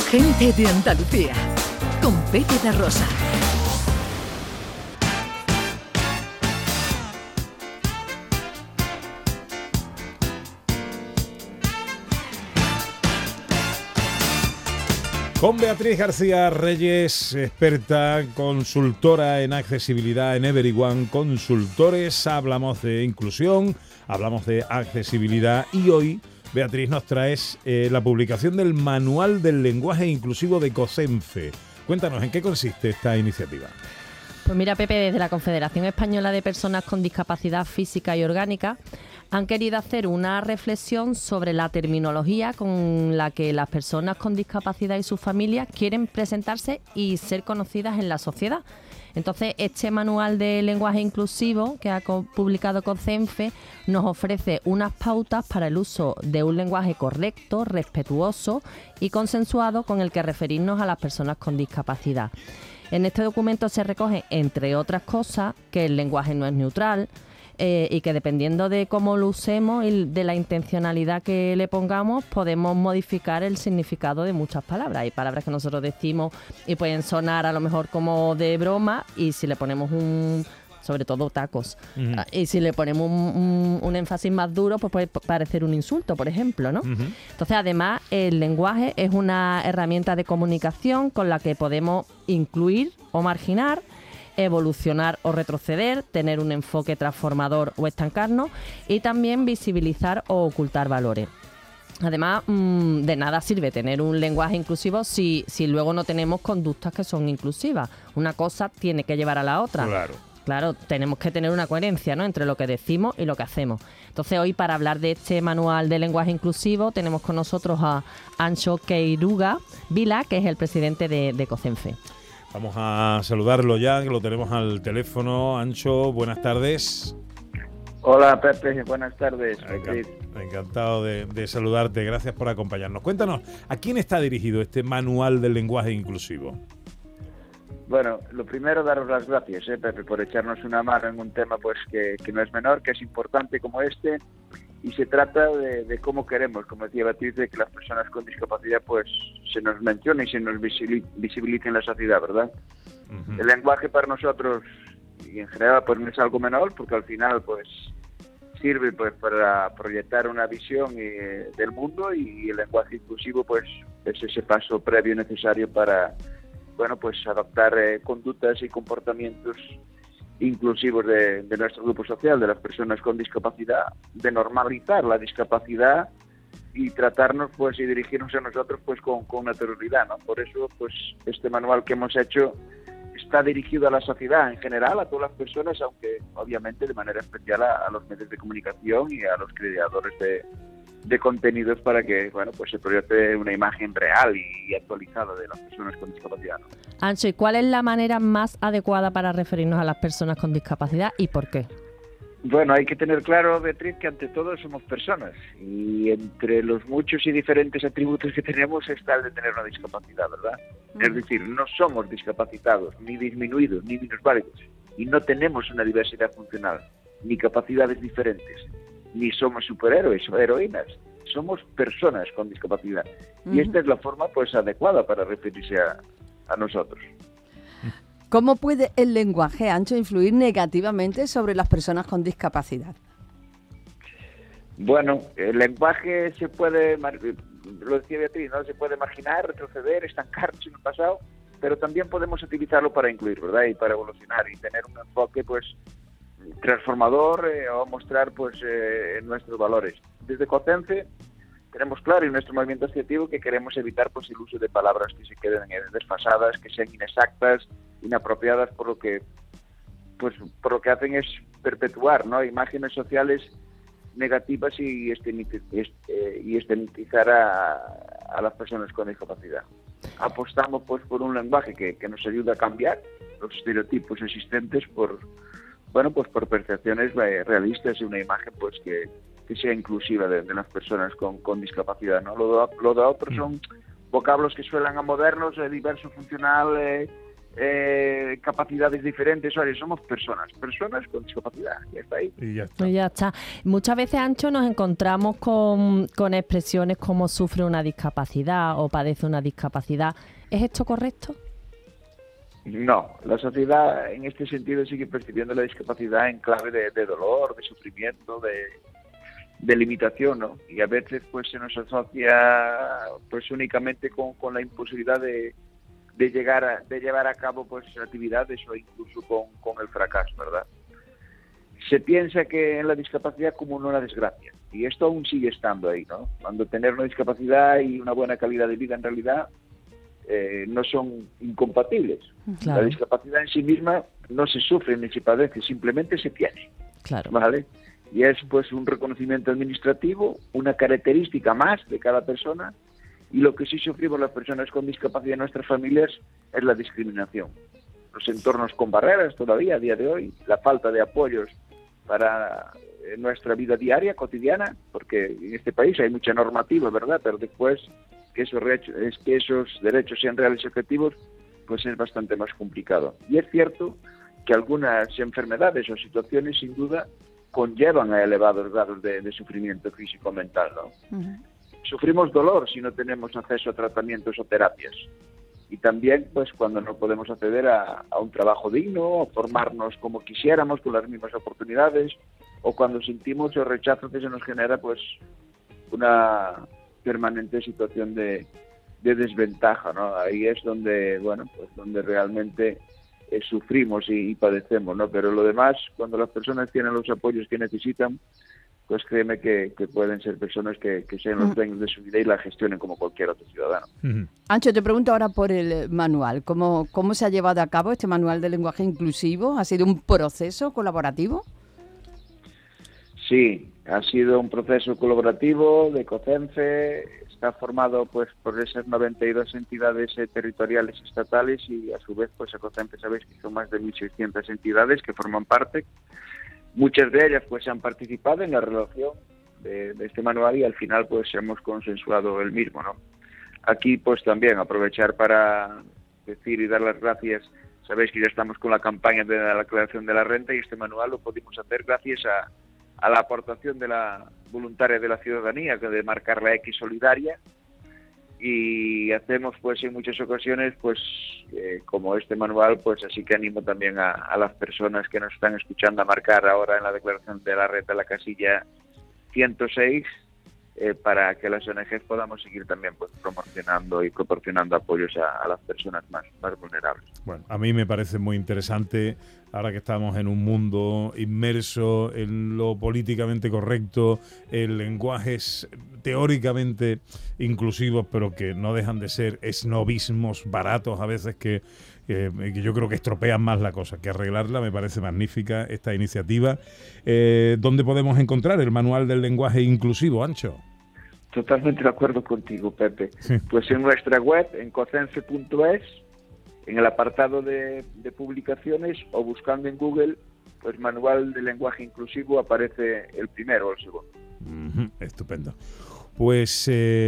Gente de Andalucía, con Pepe da Rosa. Con Beatriz García Reyes, experta, consultora en accesibilidad en Everyone Consultores. Hablamos de inclusión, hablamos de accesibilidad y hoy, Beatriz, nos traes la publicación del Manual del Lenguaje Inclusivo de COCENFE. Cuéntanos, ¿en qué consiste esta iniciativa? Pues mira, Pepe, desde la Confederación Española de Personas con Discapacidad Física y Orgánica han querido hacer una reflexión sobre la terminología con la que las personas con discapacidad y sus familias quieren presentarse y ser conocidas en la sociedad. Entonces, este manual de lenguaje inclusivo que ha publicado COCENFE nos ofrece unas pautas para el uso de un lenguaje correcto, respetuoso y consensuado con el que referirnos a las personas con discapacidad. En este documento se recoge, entre otras cosas, que el lenguaje no es neutral, y que dependiendo de cómo lo usemos y de la intencionalidad que le pongamos, podemos modificar el significado de muchas palabras. Hay palabras que nosotros decimos y pueden sonar a lo mejor como de broma, y si le ponemos sobre todo tacos, y si le ponemos un énfasis más duro, pues puede parecer un insulto, por ejemplo, ¿no? Entonces, además, el lenguaje es una herramienta de comunicación con la que podemos incluir o marginar, evolucionar o retroceder, tener un enfoque transformador o estancarnos, y también visibilizar o ocultar valores. Además, de nada sirve tener un lenguaje inclusivo si luego no tenemos conductas que son inclusivas. Una cosa tiene que llevar a la otra. Claro, tenemos que tener una coherencia, ¿no?, entre lo que decimos y lo que hacemos. Entonces, hoy, para hablar de este manual de lenguaje inclusivo, tenemos con nosotros a Anxo Queiruga Vila, que es el presidente de COCENFE. Vamos a saludarlo ya, que lo tenemos al teléfono. Anxo, buenas tardes. Hola, Pepe, buenas tardes. Encantado de saludarte, gracias por acompañarnos. Cuéntanos, ¿a quién está dirigido este manual del lenguaje inclusivo? Bueno, lo primero, daros las gracias, Pepe, por echarnos una mano en un tema pues que no es menor, que es importante como este, y se trata de cómo queremos, como decía Beatriz, de que las personas con discapacidad pues se nos mencione y se nos visibilice en la sociedad, ¿verdad? El lenguaje para nosotros y en general pues no es algo menor, porque al final pues sirve pues para proyectar una visión del mundo, y el lenguaje inclusivo pues es ese paso previo necesario para, bueno, pues adoptar conductas y comportamientos inclusivos de nuestro grupo social, de las personas con discapacidad, de normalizar la discapacidad y tratarnos pues y dirigirnos a nosotros pues con naturalidad, ¿no? Por eso pues este manual que hemos hecho está dirigido a la sociedad en general, a todas las personas, aunque obviamente de manera especial a los medios de comunicación y a los creadores de contenidos, para que, bueno, pues se proyecte una imagen real y actualizada de las personas con discapacidad, ¿no? Anxo, ¿y cuál es la manera más adecuada para referirnos a las personas con discapacidad y por qué? Bueno, hay que tener claro, Beatriz, que ante todo somos personas, y entre los muchos y diferentes atributos que tenemos está el de tener una discapacidad, ¿verdad? Es decir, no somos discapacitados, ni disminuidos, ni minusválidos, y no tenemos una diversidad funcional, ni capacidades diferentes, ni somos superhéroes o heroínas. Somos personas con discapacidad. Y esta es la forma pues adecuada para referirse a nosotros. ¿Cómo puede el lenguaje, Anxo, influir negativamente sobre las personas con discapacidad? Bueno, el lenguaje se puede, lo decía Beatriz, ¿no? Se puede marginar, retroceder, estancarse en el pasado, pero también podemos utilizarlo para incluir, ¿verdad? Y para evolucionar y tener un enfoque pues transformador, o mostrar pues nuestros valores. Desde COCENFE tenemos claro, en nuestro movimiento asociativo, que queremos evitar pues el uso de palabras que se queden desfasadas, que sean inexactas, inapropiadas, por lo que hacen es perpetuar, ¿no?, imágenes sociales negativas y estigmatizar a las personas con discapacidad. Apostamos pues por un lenguaje que nos ayuda a cambiar los estereotipos existentes por percepciones realistas y una imagen pues que sea inclusiva de las personas con discapacidad, ¿no? Lo de otros son vocablos que suenan a modernos, diverso, funcional, capacidades diferentes. Oye, somos personas con discapacidad, ya está ahí. Y ya está. Y ya está. Muchas veces, Ancho, nos encontramos con expresiones como sufre una discapacidad o padece una discapacidad. ¿Es esto correcto? No, la sociedad en este sentido sigue percibiendo la discapacidad en clave de dolor, de sufrimiento, de limitación, ¿no? Y a veces pues se nos asocia pues únicamente con la imposibilidad de llevar a cabo pues actividades o incluso con el fracaso, ¿verdad? Se piensa que en la discapacidad como una desgracia, y esto aún sigue estando ahí, ¿no? Cuando tener una discapacidad y una buena calidad de vida en realidad no son incompatibles. Claro. La discapacidad en sí misma no se sufre ni se padece, simplemente se tiene. Claro. ¿Vale? Y es pues un reconocimiento administrativo, una característica más de cada persona, y lo que sí sufrimos las personas con discapacidad en nuestras familias es la discriminación. Los entornos con barreras todavía a día de hoy, la falta de apoyos para nuestra vida diaria, cotidiana, porque en este país hay mucha normativa, ¿verdad? Pero después que esos derechos sean reales y efectivos, pues es bastante más complicado. Y es cierto que algunas enfermedades o situaciones sin duda conllevan a elevados grados de sufrimiento físico-mental, ¿no? Uh-huh. Sufrimos dolor si no tenemos acceso a tratamientos o terapias. Y también pues cuando no podemos acceder a un trabajo digno, o formarnos como quisiéramos, con las mismas oportunidades, o cuando sentimos el rechazo que se nos genera pues una permanente situación de desventaja, ¿no? Ahí es donde, bueno, pues donde realmente sufrimos y padecemos, ¿no? Pero lo demás, cuando las personas tienen los apoyos que necesitan, pues créeme que pueden ser personas que sean los dueños de su vida y la gestionen como cualquier otro ciudadano. Ancho, te pregunto ahora por el manual. ¿Cómo se ha llevado a cabo este manual de lenguaje inclusivo? ¿Ha sido un proceso colaborativo? Sí, ha sido un proceso colaborativo de COCENFE. Está formado pues por esas 92 entidades territoriales estatales y a su vez pues a COCENFE sabéis que son más de 1.600 entidades que forman parte. Muchas de ellas pues han participado en la redacción de este manual y al final pues hemos consensuado el mismo, ¿no? Aquí pues también aprovechar para decir y dar las gracias. Sabéis que ya estamos con la campaña de la declaración de la renta y este manual lo pudimos hacer gracias a la aportación de la voluntaria de la ciudadanía, de marcar la X solidaria, y hacemos pues en muchas ocasiones pues como este manual, pues así que animo también a las personas que nos están escuchando a marcar ahora en la declaración de la renta la casilla 106 para que las ONGs podamos seguir también pues promocionando y proporcionando apoyos a las personas más vulnerables. Bueno, a mí me parece muy interesante, ahora que estamos en un mundo inmerso en lo políticamente correcto, en lenguajes teóricamente inclusivos, pero que no dejan de ser esnobismos baratos a veces que yo creo que estropean más la cosa que arreglarla. Me parece magnífica esta iniciativa. ¿Dónde podemos encontrar el manual del lenguaje inclusivo, Ancho? Totalmente de acuerdo contigo, Pepe. Sí. Pues en nuestra web, en cocenfe.es, en el apartado de publicaciones o buscando en Google, pues manual de lenguaje inclusivo aparece el primero o el segundo. Estupendo. Pues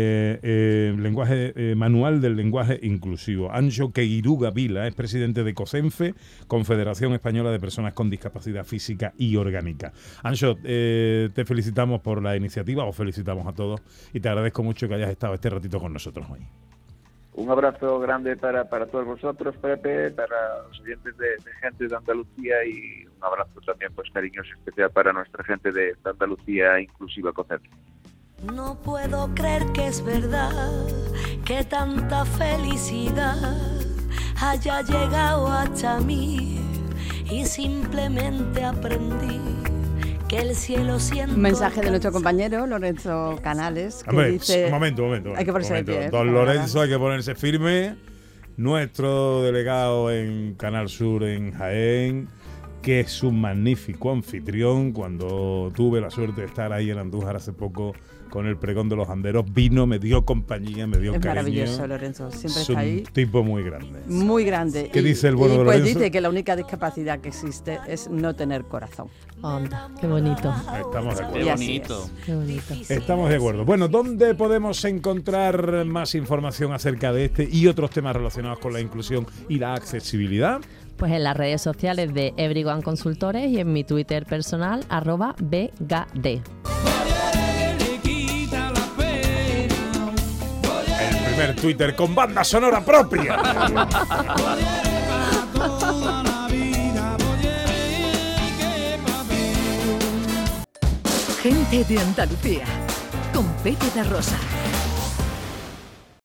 manual del lenguaje inclusivo. Ancho Queiruga Vila es presidente de COCENFE, Confederación Española de Personas con Discapacidad Física y Orgánica. Ancho, te felicitamos por la iniciativa, os felicitamos a todos y te agradezco mucho que hayas estado este ratito con nosotros hoy. Un abrazo grande para todos vosotros, Pepe, para los oyentes de gente de Andalucía y un abrazo también pues cariñoso especial para nuestra gente de Andalucía Inclusiva COCENFE. No puedo creer que es verdad que tanta felicidad haya llegado hasta mí y simplemente aprendí que el cielo siento. Un mensaje de nuestro compañero Lorenzo Canales que hombre, dice... Un momento. Hay que ponerse de pie. Don Lorenzo, hay que ponerse firme. Nuestro delegado en Canal Sur en Jaén, que es un magnífico anfitrión. Cuando tuve la suerte de estar ahí en Andújar hace poco, con el pregón de los anderos, vino, me dio compañía, me dio Es cariño. maravilloso, Lorenzo, siempre Es está ahí. un tipo muy grande. Muy grande. ¿Qué dice el bueno de Pues Lorenzo? dice que la única discapacidad que existe es no tener corazón. Anda, qué bonito, Estamos de Y acuerdo. así es. qué bonito. Estamos de acuerdo. Bueno, ¿dónde podemos encontrar más información acerca de este y otros temas relacionados con la inclusión y la accesibilidad? Pues en las redes sociales de Everyone Consultores y en mi Twitter personal, @BGD. El primer Twitter con banda sonora propia. Gente de Andalucía, con Pepe de Rosa.